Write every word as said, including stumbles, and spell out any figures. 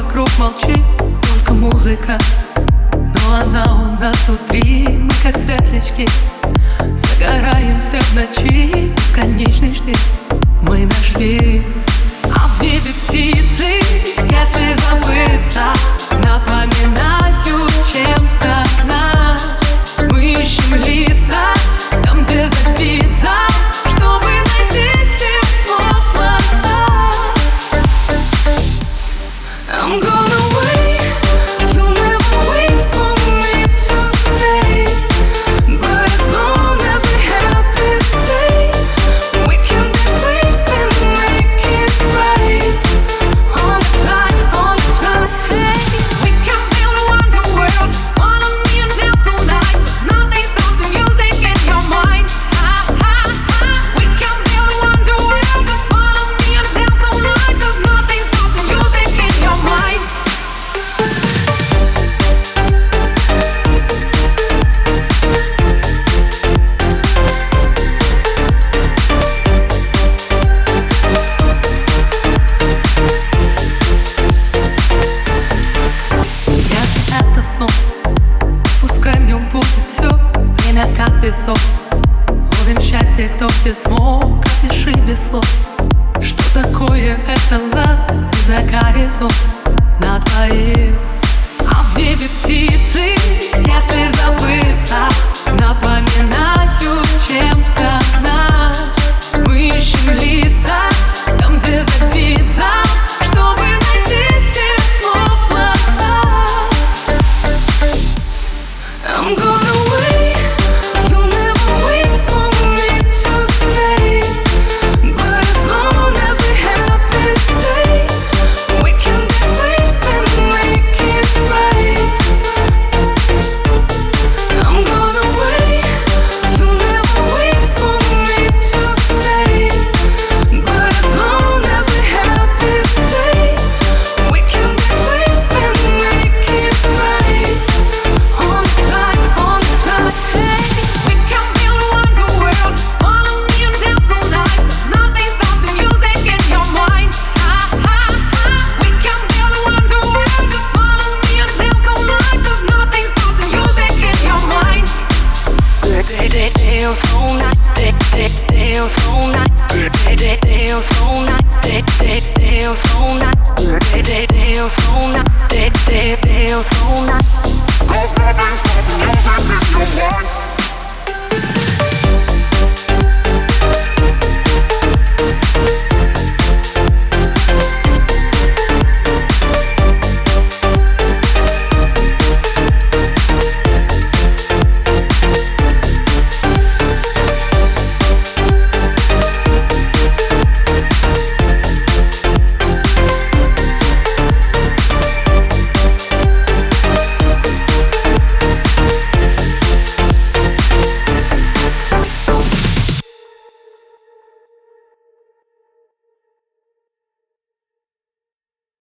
вокруг молчит, только музыка, но она у нас внутри. Мы как светлячки, загораемся в ночи, бесконечный штиль мы нашли. А в небе птицы, если забыться, напоминают чем-то нас. Мы ищем лица там, где забиться, чтобы найти тепло в глазах. I'm gonna wait, you'll never wait for me to stay. But as long as we have this day, we can be brave and make it right. On the fly, on the fly, hey. We can build a wonder world, just follow me and dance all night. There's nothing stop the music in your mind. Ah, ah, ah. We can build a wonder world, just follow me and dance all night. There's nothing stop the music in your mind. Если это сон, пускай в нем будет все. Время как песок, ловим счастье, кто где смог. Пропиши без слов, что такое это love. И за горизонт на двоих. А в небе птицы, если забыться, напоминают чем-то нас. Мы ищем лица там, где забиться, чтобы найти тепло в глазах. I'm gonna wait, you'll never wait for me to stay. But as long as we have this day, we can be brave and make it right. I'm gonna wait, you'll never wait for me to stay. But as long as we have this day, we can be brave and make it right. On the fly, on the fly, hey. We can build a wonder world, just follow me and dance all night. There's nothing stop the music in your mind. Ah, ah, ah. We can build a wonder world, just follow me and dance all night. There's nothing stop the music in your mind. Dance all night, dance all night, dance all night, dance all